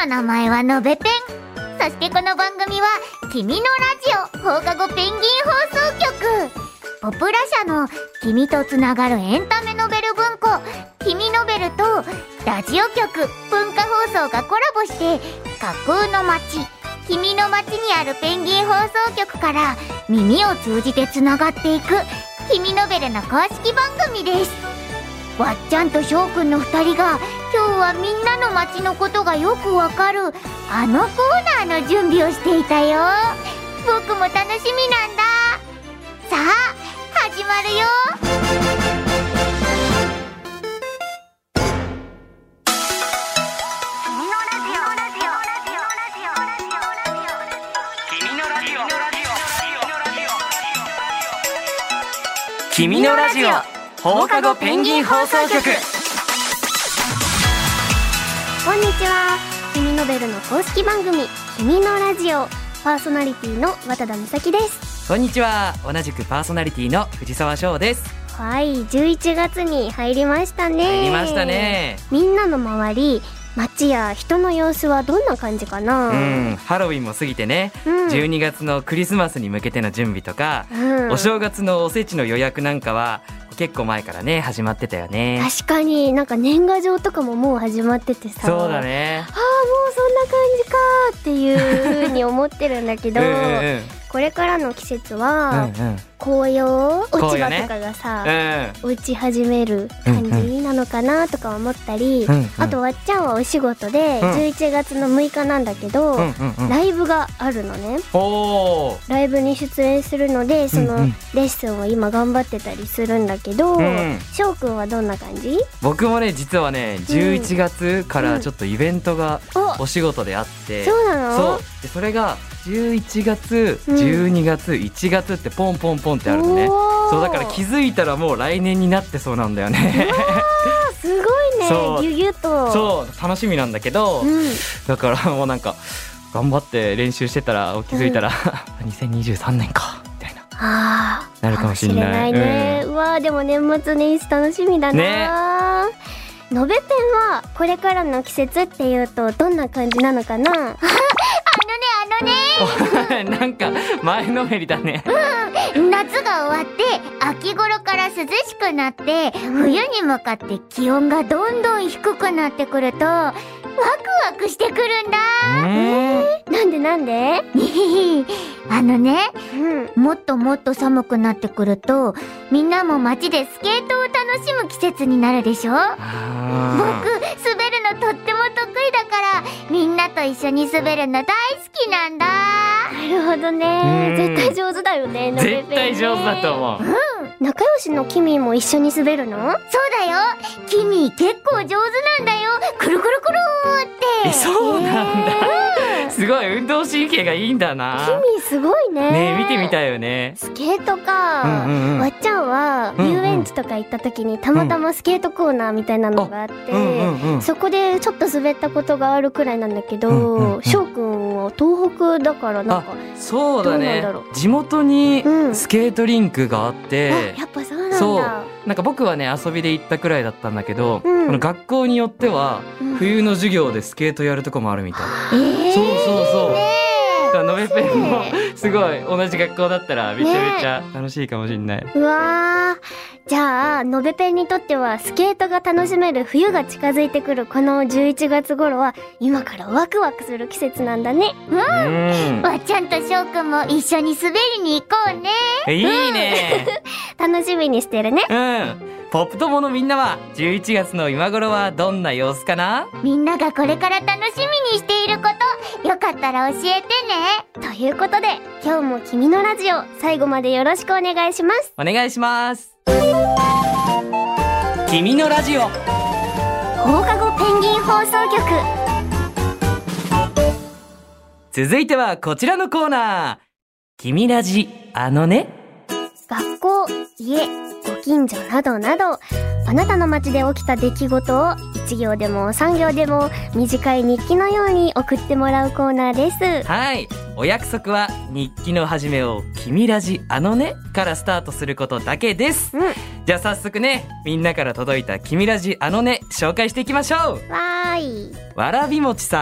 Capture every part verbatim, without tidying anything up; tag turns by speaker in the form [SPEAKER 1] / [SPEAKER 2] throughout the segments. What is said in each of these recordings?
[SPEAKER 1] の名前はのべペン。そしてこの番組は君のラジオ放課後ペンギン放送局、ポプラ社の君とつながるエンタメノベル文庫君ノベルとラジオ局文化放送がコラボして、架空の街君の街にあるペンギン放送局から耳を通じてつながっていく君ノベルの公式番組です。わっちゃんとしょうくんのふたりが今日はみんなの街のことがよくわかるあのコーナーの準備をしていたよ。僕も楽しみなんだ。さあ始まるよ。
[SPEAKER 2] 君のラジオ放課後ペンギン放送局。
[SPEAKER 3] こんにちは。君ノベルの公式番組君のラジオパーソナリティの渡田美咲です。
[SPEAKER 2] こんにちは。同じくパーソナリティの藤沢翔です。
[SPEAKER 3] はい、じゅういちがつに入りましたね。
[SPEAKER 2] 入りましたね。
[SPEAKER 3] みんなの周り、街や人の様子はどんな感じかな。
[SPEAKER 2] うん、ハロウィンも過ぎてね、うん、じゅうにがつのクリスマスに向けての準備とか、うん、お正月のおせちの予約なんかは結構前からね始まってたよね。
[SPEAKER 3] 確かに、なんか年賀状とかももう始まっててさ、
[SPEAKER 2] そうだね、
[SPEAKER 3] ああもうそんな感じかっていう風に思ってるんだけどうん、うん、これからの季節は、うんうん、紅葉落ち葉とかがさ、ね、うん、落ち始める感じなのかなとか思ったり、うんうん、あとわっちゃんはお仕事でじゅういちがつのむいかなんだけど、うんうんうん、ライブがあるのね。おライブに出演するので、そのレッスンを今頑張ってたりするんだけど、しょうくんはどんな感じ？
[SPEAKER 2] 僕もね実はねじゅういちがつからちょっとイベントがお仕事であって、
[SPEAKER 3] うん、そうなの？
[SPEAKER 2] そうで、それがじゅういちがつ、じゅうにがつ、いちがつってポンポンポンってあるのね。そうだから気づいたらもう来年になってそうなんだよね。
[SPEAKER 3] すごいね、ギュギュッと。そう
[SPEAKER 2] 楽しみなんだけど、うん、だからもうなんか頑張って練習してたら気づいたら、うん、にせんにじゅうさんねんかみたいな、
[SPEAKER 3] あ
[SPEAKER 2] なるかもしれない。
[SPEAKER 3] かもしれないね、うん、うわでも年末年始楽しみだな、ね。のべペンはこれからの季節っていうとどんな感じなのかな？あのね
[SPEAKER 1] あのね
[SPEAKER 2] なんか前のめりだね。
[SPEAKER 1] うん、夏が終わって秋頃から涼しくなって、冬に向かって気温がどんどん低くなってくるとワクワクしてくるんだ。
[SPEAKER 3] えー、なんでなんで？
[SPEAKER 1] あのね、うん、もっともっと寒くなってくるとみんなも街でスケートを楽しむ季節になるでしょ。僕滑るのとっても得意だからみんなと一緒に滑るの大好きなんだ。
[SPEAKER 3] なるほどね、絶対上手だよね、のべペンね。
[SPEAKER 2] 絶対上手だと思う、うん、
[SPEAKER 3] 仲良しのキミも一緒に滑るの？そう
[SPEAKER 1] だよ、キミ結構上手なんだよ、くるくるくるって。
[SPEAKER 2] え、そうなんだ、えー、すごい運動神経がいいんだな。
[SPEAKER 3] キミすごいね。
[SPEAKER 2] ねえ見てみたいよね。
[SPEAKER 3] スケートか、うんうんうん、わっちゃんは遊園地とか行った時にたまたまスケートコーナーみたいなのがあって、うんうんうんうん、そこでちょっと滑ったことがあるくらいなんだけど、しょうくんは東北だからなんか
[SPEAKER 2] そうだね、地元にスケートリンクがあって、
[SPEAKER 3] うん、やっぱそうなんだ。
[SPEAKER 2] そうなんか僕はね遊びで行ったくらいだったんだけど、うん、この学校によっては冬の授業でスケートやるとこもあるみたい、うん、そうそうそう、ねのべペンもすごい同じ学校だったらめちゃめちゃ楽しいかもしれない、ね、
[SPEAKER 3] うわー、じゃあのべペンにとってはスケートが楽しめる冬が近づいてくるこのじゅういちがつ頃は今からワクワクする季節なんだね。
[SPEAKER 1] うん、うん、わっちゃんとしょうくんも一緒に滑りに行こうね。
[SPEAKER 2] いいね、
[SPEAKER 3] うん、楽しみにしてるね。
[SPEAKER 2] うん、ポップ友のみんなはじゅういちがつの今頃はどんな様子かな？
[SPEAKER 1] みんながこれから楽しみにしていることよかったら教えてね。
[SPEAKER 3] ということで今日も君のラジオ最後までよろしくお願いします。
[SPEAKER 2] お願いします。君のラジオ
[SPEAKER 3] 放課後ペンギン放送局。
[SPEAKER 2] 続いてはこちらのコーナー、君ラジあのね。
[SPEAKER 3] 学校、家、ご近所などなどあなたの街で起きた出来事をいち行でもさん行でも短い日記のように送ってもらうコーナーです。
[SPEAKER 2] はい、お約束は日記の始めを君ラジあのねからスタートすることだけです、うん、じゃあ早速ね、みんなから届いた君ラジあのね紹介していきましょう。
[SPEAKER 3] わーい。
[SPEAKER 2] わらびもちさん、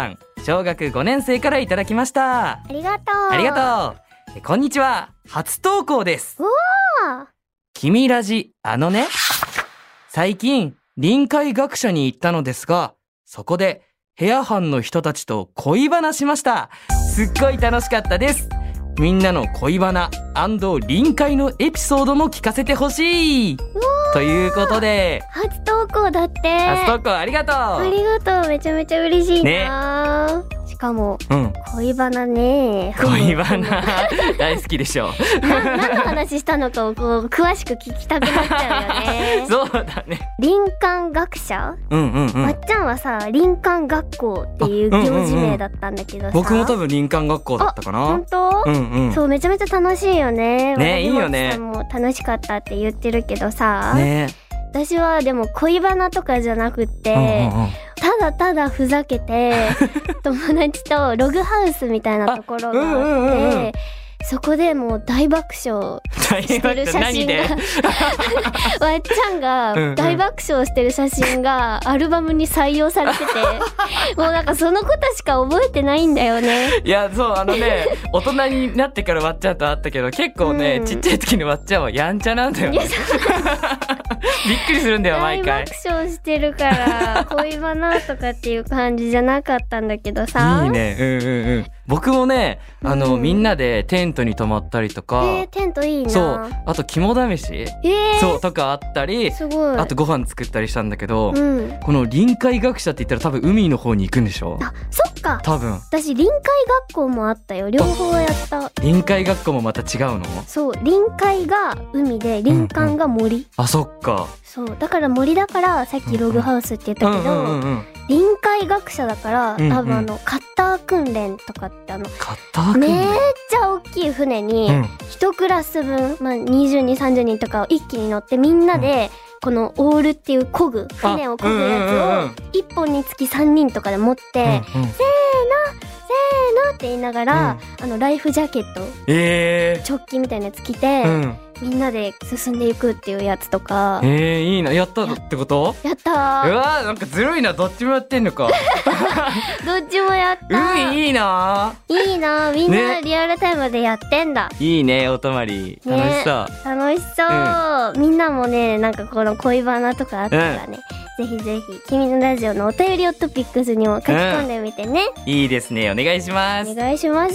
[SPEAKER 2] 小学ごねん生からいただきました。
[SPEAKER 3] ありがとう。
[SPEAKER 2] ありがとう。こんにちは。初投稿です。
[SPEAKER 3] おー。
[SPEAKER 2] 君ラジ、あのね。最近、臨海学舎に行ったのですが、そこで、部屋班の人たちと恋バナしました。すっごい楽しかったです。みんなの恋バナ&臨海のエピソードも聞かせてほしい。ということで、
[SPEAKER 3] 初投稿だって。
[SPEAKER 2] 初投稿ありがとう。
[SPEAKER 3] ありがとう。めちゃめちゃ嬉しいな、ね、しかも、うん、恋バナね。
[SPEAKER 2] 恋バナ大好きでしょ。
[SPEAKER 3] な何の話したのかをこう詳しく聞きたくなっちゃうよね。
[SPEAKER 2] そうだね。
[SPEAKER 3] 林間学舎、
[SPEAKER 2] うんうんうん、
[SPEAKER 3] まっちゃんはさ林間学校っていう行事名だったんだけどさ、うんうんうん、
[SPEAKER 2] 僕も多分林間学校だったかな。
[SPEAKER 3] 本当、うんうん、そうめちゃめちゃ楽しいよね。
[SPEAKER 2] ね、いいよね。
[SPEAKER 3] さんも楽しかったって言ってるけどさ、
[SPEAKER 2] ね、
[SPEAKER 3] 私はでも恋バナとかじゃなくって、うんうんうん、ただただふざけて友達とログハウスみたいなところがあって、うんうんうんうん、そこでもう大爆笑してる写真がわっちゃんが大爆笑してる写真がアルバムに採用されててもうなんかそのことしか覚えてないんだよね。
[SPEAKER 2] いやそうあのね大人になってからわっちゃんと会ったけど結構ね、うん、ちっちゃい時のわっちゃんはやんちゃなんだよね。びっくりするんだよ毎回。
[SPEAKER 3] 大爆笑してるから恋バナとかっていう感じじゃなかったんだけどさ。
[SPEAKER 2] いいね。うんうんうん。僕もねあの、うん、みんなでテントに泊まったりとか、
[SPEAKER 3] えー、テントいいな。
[SPEAKER 2] そうあと肝試し、
[SPEAKER 3] えー、
[SPEAKER 2] そうとかあったり、
[SPEAKER 3] すごい。
[SPEAKER 2] あとご飯作ったりしたんだけど、
[SPEAKER 3] うん、
[SPEAKER 2] この臨海学舎って言ったら多分海の方に行くんでしょ。
[SPEAKER 3] あ、そっか。
[SPEAKER 2] 多分
[SPEAKER 3] 私臨海学校もあったよ。両方やった。
[SPEAKER 2] 臨海学校もまた違うの？
[SPEAKER 3] そう臨海が海で林間が森、うんうん、
[SPEAKER 2] あそっか。
[SPEAKER 3] そうだから森だからさっきログハウスって言ったけど、うんうんうんうん、臨海学舎だから、うんうん、多分あのカッター訓練とかってあの
[SPEAKER 2] カッター訓練
[SPEAKER 3] めっちゃ大きい船に一クラス分、まあ、にじゅうに、さんじゅうにんとかを一気に乗ってみんなでこのオールっていう漕ぐ船を漕ぐやつをいっぽんにつきさんにんとかで持って、うんうん、せーのせーのって言いながら、うん、あのライフジャケット、
[SPEAKER 2] えー、
[SPEAKER 3] チョッキみたいなやつ着て、うん、みんなで進んでいくっていうやつとか。
[SPEAKER 2] えー、いいな。やったってこと？
[SPEAKER 3] やったー。
[SPEAKER 2] うわーなんかずるいな。どっちもやってんのか。
[SPEAKER 3] どっちもやったー。
[SPEAKER 2] 海いいなー。
[SPEAKER 3] いいなー。みんなリアルタイムでやってんだ、ね、
[SPEAKER 2] いいね。お泊まり楽しそう、
[SPEAKER 3] ね、楽しそう、うん、みんなもねなんかこの恋バナとかあったらね、うん、ぜひぜひ君のラジオのお便りをトピックスにも書き込んでみてね、
[SPEAKER 2] うん、いいですね。お願いします。
[SPEAKER 3] お願いします。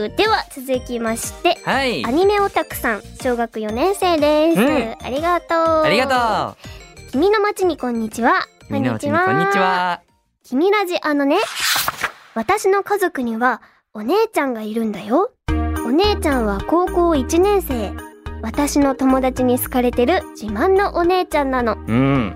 [SPEAKER 3] では続きまして、
[SPEAKER 2] はい、
[SPEAKER 3] アニメオタクさん小学よねん生です、うん、ありがとう。
[SPEAKER 2] ありがと
[SPEAKER 3] う。君の街にこんにちは。
[SPEAKER 2] 君の街にこんにちは。
[SPEAKER 3] 君ラジあのね、私の家族にはお姉ちゃんがいるんだよ。お姉ちゃんは高校いちねん生。私の友達に好かれてる自慢のお姉ちゃんなの、
[SPEAKER 2] うん、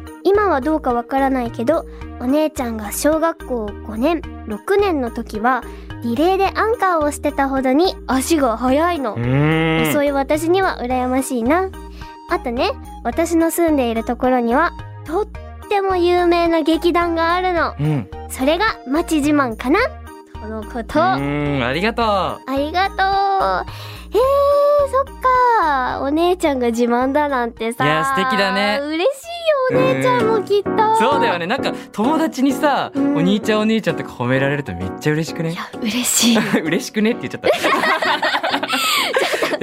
[SPEAKER 3] 今はどうかわからないけどお姉ちゃんが小学校ごねんろくねんの時はリレーでアンカーをしてたほどに足が速いの。遅い私には羨ましいな。あとね、私の住んでいるところにはとっても有名な劇団があるの、うん、それが町自慢かなとのこと。
[SPEAKER 2] うん、ありがとう。
[SPEAKER 3] ありがとう。えー、そっか。お姉ちゃんが自慢だなんてさ。
[SPEAKER 2] いや素敵だね。
[SPEAKER 3] 嬉しいよお姉ちゃんもきっと。
[SPEAKER 2] そうだよね。なんか友達にさ、うん、お兄ちゃんお姉ちゃんとか褒められるとめっちゃ嬉しくね。
[SPEAKER 3] いや嬉しい。
[SPEAKER 2] 嬉しくねって言っちゃった。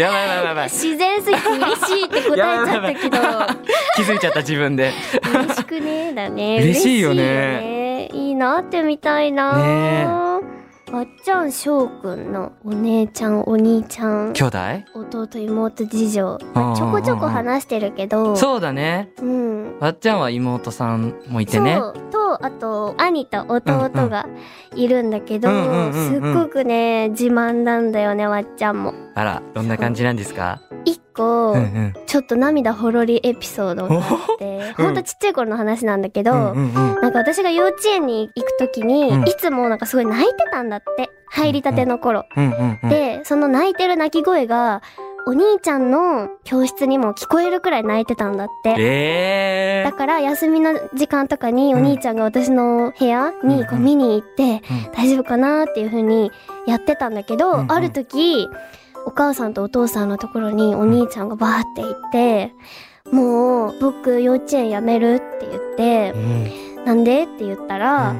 [SPEAKER 2] やばいやばいやばい。
[SPEAKER 3] 自然すぎて嬉しいって答えちゃったけど
[SPEAKER 2] 気づいちゃった自分で。
[SPEAKER 3] 嬉しくねだね。
[SPEAKER 2] 嬉しいよね。
[SPEAKER 3] 嬉しいよね。いいなってみたいな。ねえ。わっちゃんしょうくんのお姉ちゃんお兄ちゃん
[SPEAKER 2] 兄弟
[SPEAKER 3] 弟妹事情ちょこちょこ話してるけど。
[SPEAKER 2] そうだね、
[SPEAKER 3] うん、
[SPEAKER 2] わっちゃんは妹さんもいてね。
[SPEAKER 3] そうとあと兄と弟がいるんだけど、すっごくね自慢なんだよねわっちゃんも。
[SPEAKER 2] あらどんな感じなんですか？
[SPEAKER 3] 一個、うんうん、ちょっと涙ほろりエピソードがあってほんとちっちゃい頃の話なんだけど、うんうんうん、なんか私が幼稚園に行く時に、うん、いつもなんかすごい泣いてたんだって入りたての頃、うんうんうん、でその泣いてる泣き声がお兄ちゃんの教室にも聞こえるくらい泣いてたんだって、
[SPEAKER 2] えー、
[SPEAKER 3] だから休みの時間とかにお兄ちゃんが私の部屋にこう見に行って、うん、大丈夫かなっていう風にやってたんだけど、うんうん、ある時お母さんとお父さんのところにお兄ちゃんがバーって行って、うん、もう僕幼稚園辞めるって言って、うん、なんでって言ったら、うん、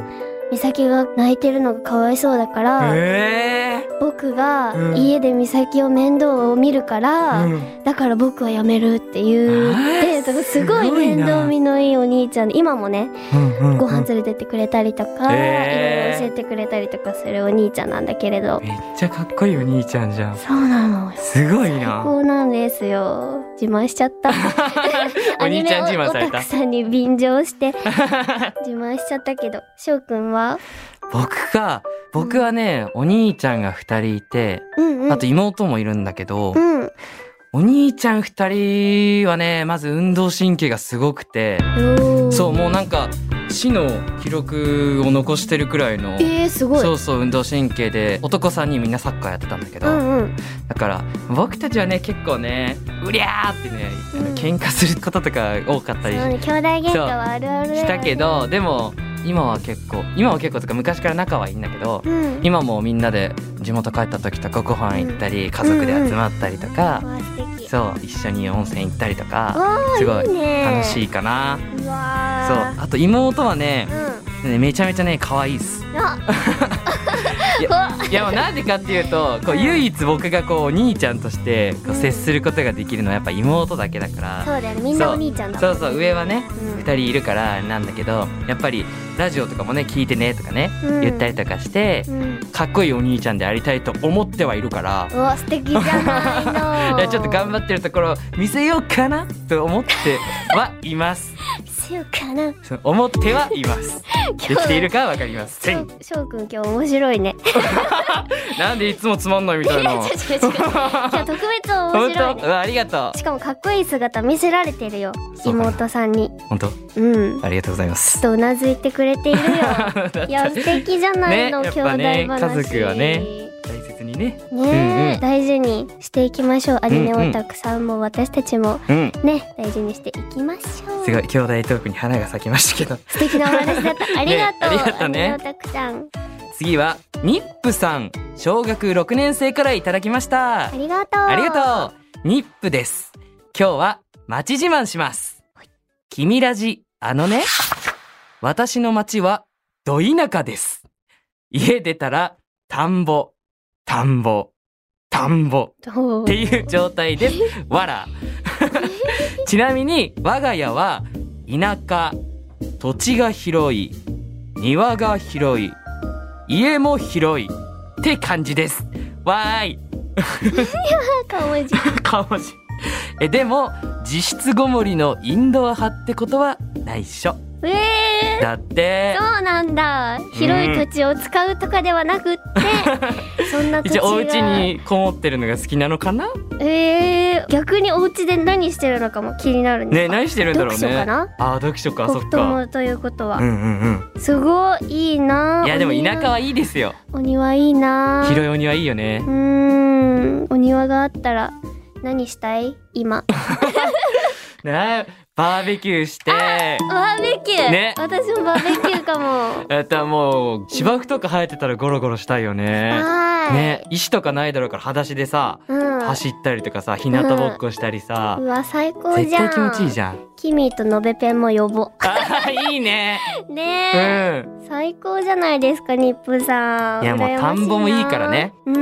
[SPEAKER 3] 美咲が泣いてるのがかわいそうだから、えー、僕が家で美咲を面倒を見るから、うん、だから僕はやめるって言って、すごい面倒見のいいお兄ちゃんで、今もね、うんうんうん、ご飯連れてってくれたりとか、えー、いろいろ教えてくれたりとかするお兄ちゃんなんだけれど、
[SPEAKER 2] めっちゃかっこいいお兄ちゃんじゃん。
[SPEAKER 3] そうなの、
[SPEAKER 2] すごいな。
[SPEAKER 3] 最高なんですよ。自慢しちゃった
[SPEAKER 2] お兄ちゃん自慢された。
[SPEAKER 3] アニメオタクさんに便乗して自慢しちゃったけど、しょうくんは？
[SPEAKER 2] 僕か僕はね、うん、お兄ちゃんがふたりいて、うんうん、あと妹もいるんだけど、うん、お兄ちゃんふたりはね、まず運動神経がすごくて、そうもうなんか市の記録を残してるくらいの、
[SPEAKER 3] えー、すごい。
[SPEAKER 2] そうそう運動神経で、男さんにんみんなサッカーやってたんだけど、うんうん、だから僕たちはね結構ねうりゃーってね、うん、喧嘩することとか多かったり、
[SPEAKER 3] そうね、兄弟喧嘩はあるあるだよね、
[SPEAKER 2] したけど、でも今は結構今は結構とか昔から仲はいいんだけど、うん、今もみんなで地元帰った時とかご飯行ったり、うん、家族で集まったりとか、うんうん、そう一緒に温泉行ったりとか、すごい楽しいかな。
[SPEAKER 3] うわ
[SPEAKER 2] そう、あと妹はね、うん、めちゃめちゃね可愛いっす。いや、いやもうなんでかっていうと、こう唯一僕がこうお兄ちゃんとしてこう接することができるのはやっぱ妹だけだから、
[SPEAKER 3] そうだよね、みんなお兄ちゃんだもんね。
[SPEAKER 2] そうそう、上はね、うん、ふたりいるからなんだけど、やっぱりラジオとかもね聞いてねとかね、うん、言ったりとかして、うん、かっこいいお兄ちゃんでありたいと思ってはいるから、
[SPEAKER 3] うわ素敵じゃないの
[SPEAKER 2] いやちょっと頑張ってるところ見せようかなと思ってはいます
[SPEAKER 3] 見せようかな
[SPEAKER 2] そう思ってはいますできているかはわかりません。
[SPEAKER 3] しょうくん今日面白いね
[SPEAKER 2] なんでいつもつまんないみたいな。違う違う違う、今
[SPEAKER 3] 日特別面白いね。
[SPEAKER 2] ありがとう。
[SPEAKER 3] しかもかっこいい姿見せられてるよ、妹さんに。
[SPEAKER 2] 本当？
[SPEAKER 3] うん、
[SPEAKER 2] ありがとうございます。
[SPEAKER 3] とうなずいてくれているよいや素敵じゃないの、ね、兄弟話、ね、
[SPEAKER 2] 家族はね大切にね
[SPEAKER 3] ね、うんうん、大事にしていきましょう。アニメオタクさんも私たちもね、うん、大事にしていきましょう。
[SPEAKER 2] すごい兄弟トークに花が咲きましたけど
[SPEAKER 3] 素敵なお話だったありがとう、ね、
[SPEAKER 2] ありがとうね、
[SPEAKER 3] アニメオタクさん。
[SPEAKER 2] 次はニップさん、小学ろくねん生からいただきました。
[SPEAKER 3] ありがとう
[SPEAKER 2] ありがとう。ニップです。今日は町自慢します。君ラジ、あのね、私の町はど田舎です。家出たら田んぼ田んぼ田んぼっていう状態ですわらちなみに我が家は田舎、土地が広い、庭が広い、家も広いって感じです。わーい
[SPEAKER 3] かわいい
[SPEAKER 2] かわいいえでも実質ごもりのインドア派ってことはないっしょ。
[SPEAKER 3] えー、
[SPEAKER 2] だって
[SPEAKER 3] そうなんだ。広い土地を使うとかではなくって、うん、そんな土地が
[SPEAKER 2] お家にこもってるのが好きなのかな。
[SPEAKER 3] えー、逆にお家で何してるのかも気になるね。
[SPEAKER 2] ね、何してるんだろうね。
[SPEAKER 3] 読書かな。
[SPEAKER 2] あ、読書か。そっか。
[SPEAKER 3] ポフトモということは、
[SPEAKER 2] うんうんうん、
[SPEAKER 3] すごいいいな。
[SPEAKER 2] いやでも田舎はいいですよ。
[SPEAKER 3] お庭いいな。
[SPEAKER 2] 広いお庭いいよね。
[SPEAKER 3] うーん、お庭があったら何したい今
[SPEAKER 2] ね、バーベキューして。バ
[SPEAKER 3] ーベキューね。私もバーベキューかも。
[SPEAKER 2] えっともう芝生とか生えてたらゴロゴロしたいよね。ね、石とかないだろうから裸足でさ、うん、走ったりとかさ、日向ぼっこしたりさ、
[SPEAKER 3] うん、うわ最高じゃん。
[SPEAKER 2] 絶対気持ちいいじゃん。
[SPEAKER 3] キミとのべペンも呼ぼう。
[SPEAKER 2] あいいね。
[SPEAKER 3] ねえ、うん、最高じゃないですかニップさん。
[SPEAKER 2] いやもう田んぼもいいからね。
[SPEAKER 3] うん、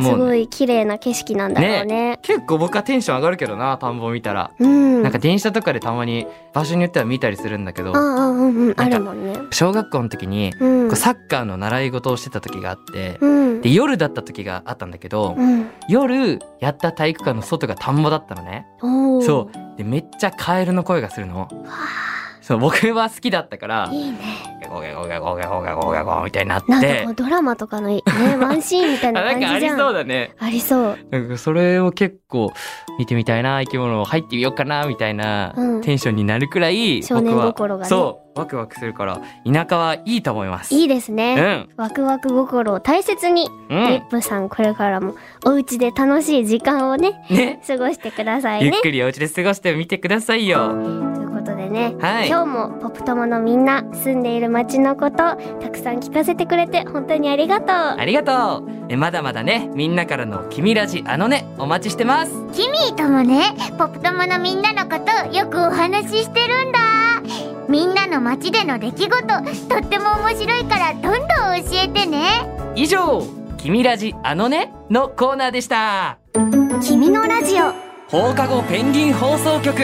[SPEAKER 3] すごい綺麗な景色なんだろうね。ね、
[SPEAKER 2] 結構僕はテンション上がるけどな、田んぼ見たら。うん、なんか電車とかでたまに場所によっては見たりするんだけど、
[SPEAKER 3] ああ、うんうん、あるもんね。
[SPEAKER 2] 小学校の時に、うん、こうサッカーの習い事をしてた時があって、うん、で夜だった時があったんだけど、うん、夜やった体育館の外が田んぼだったのね。そうでめっちゃカエルの声がするの。そう僕は好きだったからいいね、ゴゲゴゲゴゲゴゲゴゲゴみたいになって、
[SPEAKER 3] なんかもうドラマとかのねワンシーンみたいな感じじゃん。
[SPEAKER 2] なんかありそうだね。
[SPEAKER 3] ありそう。
[SPEAKER 2] なんかそれを結構見てみたいな、生き物を入ってみようかなみたいなテンションになるくらい、
[SPEAKER 3] 少年心がね、
[SPEAKER 2] そうワクワクするから田舎はいいと思います。
[SPEAKER 3] いいですね、うん、ワクワク心を大切に、うん、リップさんこれからもお家で楽しい時間を ね, ね過ごしてくださいね。
[SPEAKER 2] ゆっくりお家で過ごしてみてくださいよ。
[SPEAKER 3] ということでね、はい、今日もポプ友のみんな住んでいる町のことたくさん聞かせてくれて本当にありがとう。
[SPEAKER 2] ありがとう。えまだまだねみんなからの君ラジあのねお待ちしてます。
[SPEAKER 1] キミーともねポプ友のみんなのことよくお話ししてるんだ。 みんなの街での出来事、とっても面白いからどんどん教えてね。
[SPEAKER 2] 以上、君ラジあのねのコーナーでした。
[SPEAKER 3] 君のラジオ
[SPEAKER 2] 放課後ペンギン放送局。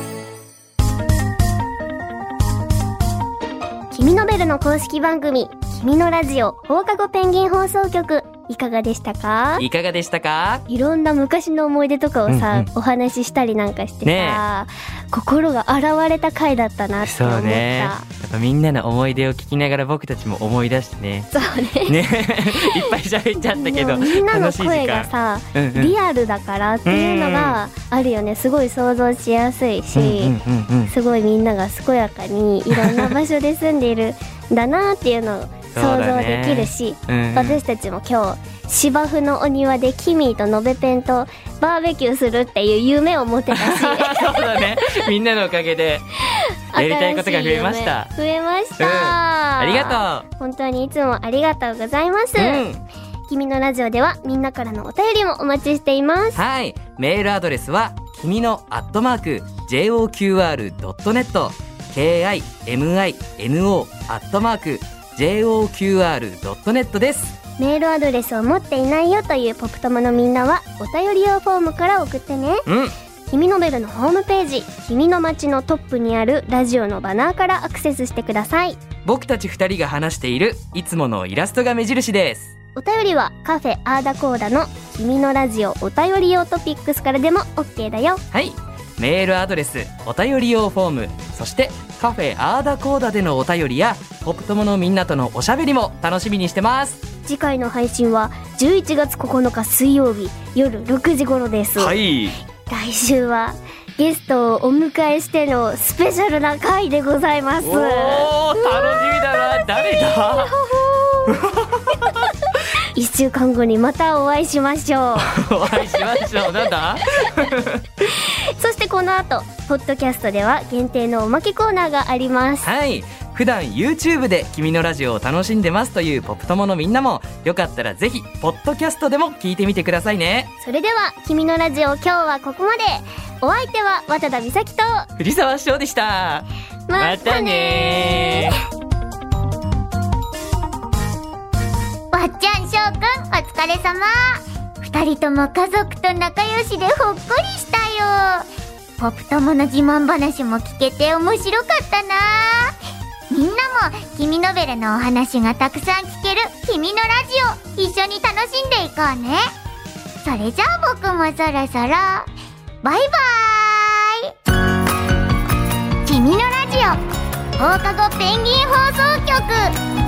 [SPEAKER 3] 君のベルの公式番組君のラジオ放課後ペンギン放送局、いかがでしたか？
[SPEAKER 2] いかがでしたか？
[SPEAKER 3] いろんな昔の思い出とかをさ、うんうん、お話ししたりなんかしてさ、ね、心が洗われた回だったなって思った。そうね、
[SPEAKER 2] やっぱみんなの思い出を聞きながら僕たちも思い出してね。
[SPEAKER 3] そうね。
[SPEAKER 2] ねいっぱい喋っちゃったけど、
[SPEAKER 3] みんなの声がさ、うんうん、リアルだからっていうのがあるよね。すごい想像しやすいし、うんうんうんうん、すごいみんなが健やかにいろんな場所で住んでいるんだなっていうのを想像できるし、ね、うん、私たちも今日芝生のお庭でキミーとのべペンとバーベキューするっていう夢を持ってたしそう
[SPEAKER 2] だね、みんなのおかげでやりたいことが増えました。
[SPEAKER 3] 増えました、うん、
[SPEAKER 2] ありがとう。
[SPEAKER 3] 本当にいつもありがとうございます、うん、君のラジオではみんなからのお便りもお待ちしています。
[SPEAKER 2] はい、メールアドレスは君のアットマーク ジェイオーキューアールドットネット ケーアイエムアイエヌオー アットマーク ジェイオーキューアールドットネット です。
[SPEAKER 3] メールアドレスを持っていないよというポップ友のみんなはお便り用フォームから送ってね、
[SPEAKER 2] うん、
[SPEAKER 3] 君のベルのホームページ君の街のトップにあるラジオのバナーからアクセスしてください。
[SPEAKER 2] 僕たちふたりが話しているいつものイラストが目印です。
[SPEAKER 3] お便りはカフェアーダコーダの君のラジオお便り用トピックスからでも OK だよ。
[SPEAKER 2] はい、メールアドレス、お便り用フォーム、そしてカフェアーダコーダでのお便りやポップ友のみんなとのおしゃべりも楽しみにしてます。
[SPEAKER 3] 次回の配信はじゅういちがつここのか水曜日夜ろくじ頃です。
[SPEAKER 2] はい、
[SPEAKER 3] 来週はゲストをお迎えしてのスペシャルな回でございます。おー、
[SPEAKER 2] 楽しみだな。誰だ
[SPEAKER 3] いっしゅうかんごにまたお会いしましょう
[SPEAKER 2] お会いしましょう。なんだ
[SPEAKER 3] そしてこの後ポッドキャストでは限定のおまけコーナーがあります。
[SPEAKER 2] はい、普段 YouTube で君のラジオを楽しんでますというポップ友のみんなもよかったらぜひポッドキャストでも聞いてみてくださいね。
[SPEAKER 3] それでは君のラジオ今日はここまで。お相手は渡田美咲と
[SPEAKER 2] 藤沢翔でした。
[SPEAKER 3] またねー。
[SPEAKER 1] わっちゃんしょうくんお疲れ様。二人とも家族と仲良しでほっこりしたよ。ポップ友の自慢話も聞けて面白かったな。みんなも君のベルのお話がたくさん聞ける君のラジオ一緒に楽しんでいこうね。それじゃあ僕もそろそろバイバーイ。君のラジオ放課後ペンギン放送局。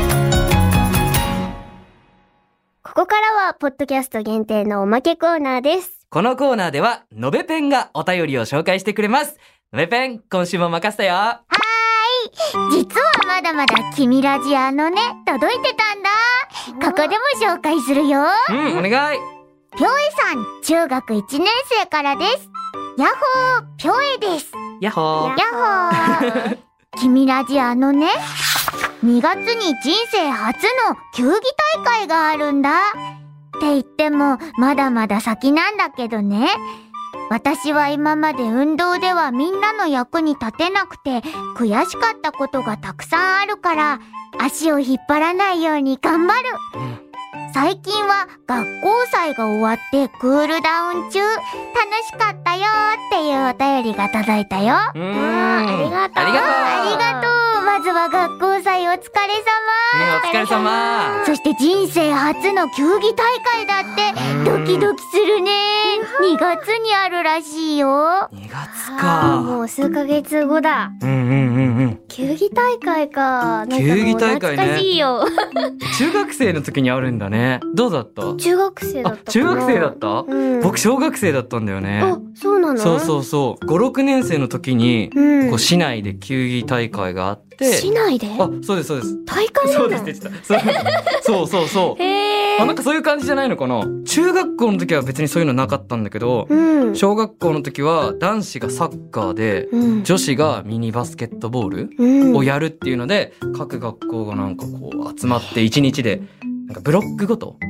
[SPEAKER 3] ここからはポッドキャスト限定のおまけコーナーです。
[SPEAKER 2] このコーナーではのべペンがお便りを紹介してくれます。のべペン、今週も任せたよ。は
[SPEAKER 1] ーい、実はまだまだ君ラジオのね届いてたんだ。ここでも紹介するよ。
[SPEAKER 2] うん、お願い。
[SPEAKER 1] ぴょえさん、中学いちねん生からです。やっほー、ぴょえです。
[SPEAKER 2] やっほー。
[SPEAKER 1] やっほー。君ラジオのね、にがつに人生初の球技大会があるんだ。って言ってもまだまだ先なんだけどね。私は今まで運動ではみんなの役に立てなくて悔しかったことがたくさんあるから足を引っ張らないように頑張る。最近は学校祭が終わってクールダウン中、楽しかったよっていうお便りが届いたよ。
[SPEAKER 2] うーん、
[SPEAKER 3] ありがとう。
[SPEAKER 2] ありがとう。
[SPEAKER 1] ありがとう。まずは学校祭お疲れ様。
[SPEAKER 2] お疲れ様。
[SPEAKER 1] そして人生初の球技大会だってドキドキするね。にがつにあるらしいよ。
[SPEAKER 2] にがつか。
[SPEAKER 3] もう数ヶ月後だ。
[SPEAKER 2] うんうんうんうん。
[SPEAKER 3] 球技大会か。
[SPEAKER 2] 球技大会ね。
[SPEAKER 3] 懐かしいよ。
[SPEAKER 2] 中学生の時にあるんだね。どうだった？
[SPEAKER 3] 中学生だったかな。
[SPEAKER 2] あ、中学生だった？
[SPEAKER 3] うん、
[SPEAKER 2] 僕小学生だったんだよね。
[SPEAKER 3] あ、そうなの？
[SPEAKER 2] そうそうそう。ご、ろくねん生の時に、
[SPEAKER 3] うん、
[SPEAKER 2] こう市内で球技大会があって。
[SPEAKER 3] 市内で？
[SPEAKER 2] あ、そうですそうです。
[SPEAKER 3] 大会なの？
[SPEAKER 2] そうですって言ってた。そうそうそう。
[SPEAKER 3] へー。
[SPEAKER 2] あ、なんかそういう感じじゃないのかな。中学校の時は別にそういうのなかったんだけど、
[SPEAKER 3] うん、
[SPEAKER 2] 小学校の時は男子がサッカーで、うん、女子がミニバスケットボールをやるっていうので、各学校がなんかこう集まって一日でなんかブロックごと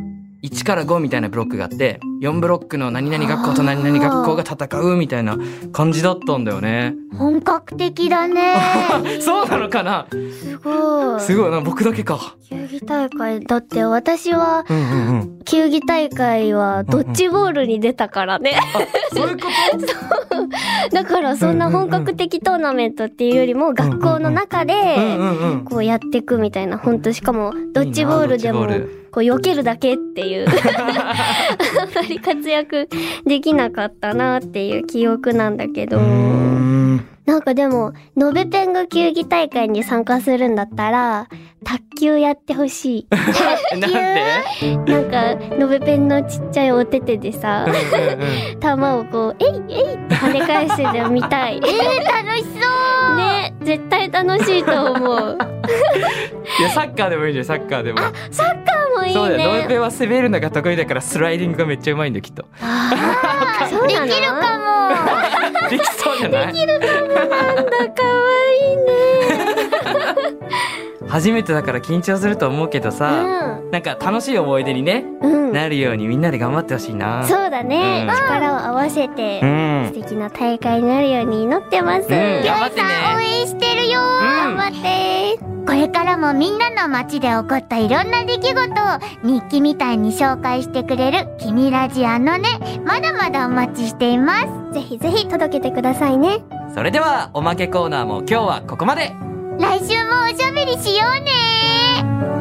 [SPEAKER 2] いちからごみたいなブロックがあって、よんブロックの何々学校と何々学校が戦うみたいな感じだったんだよね。
[SPEAKER 1] 本格的だね。
[SPEAKER 2] そうなのかな。
[SPEAKER 3] すごい。
[SPEAKER 2] すごいな、僕だけか。
[SPEAKER 3] 球技大会だって私は、うんうんうん、球技大会はドッジボールに出たからね。
[SPEAKER 2] うんうん、そういうこと？
[SPEAKER 3] そう。だからそんな本格的トーナメントっていうよりも学校の中でこうやっていくみたいな、本当しかもドッジボールでもこう避けるだけっていうあんまり活躍できなかったなっていう記憶なんだけど、なんかでものべペンが球技大会に参加するんだったら卓球やってほしい。
[SPEAKER 2] なんで？
[SPEAKER 3] なんかのべペンのちっちゃいお手手でさ球をこうえいえいって跳ね返してるの見たい。
[SPEAKER 1] えー、楽しそう
[SPEAKER 3] ね、絶対楽しいと思う。
[SPEAKER 2] いやサッカーでもいいじゃん、サッカーでも。
[SPEAKER 3] あ、サッカーもいいね。
[SPEAKER 2] そうだよ、のべペンは滑るのが得意だからスライディングがめっちゃうまいんだよきっと。
[SPEAKER 3] あそうなの？
[SPEAKER 1] できるかも。
[SPEAKER 2] できそうじゃない？
[SPEAKER 3] できるかも。なんだ、かわいいね。
[SPEAKER 2] 初めてだから緊張すると思うけどさ、うん、なんか楽しい思い出にね、うん、なるようにみんなで頑張ってほしいな。
[SPEAKER 3] そうだね、うん、力を合わせて、うん、素敵な大会になるように祈ってます、うん、
[SPEAKER 1] 頑張ってね。応援してるよ、うん、頑張って。これからもみんなの街で起こったいろんな出来事を日記みたいに紹介してくれる君ラジあのね、まだまだお待ちしています。
[SPEAKER 3] ぜひぜひ届けてくださいね。
[SPEAKER 2] それではおまけコーナーも今日はここまで。
[SPEAKER 1] 来週もおしゃべりしようね。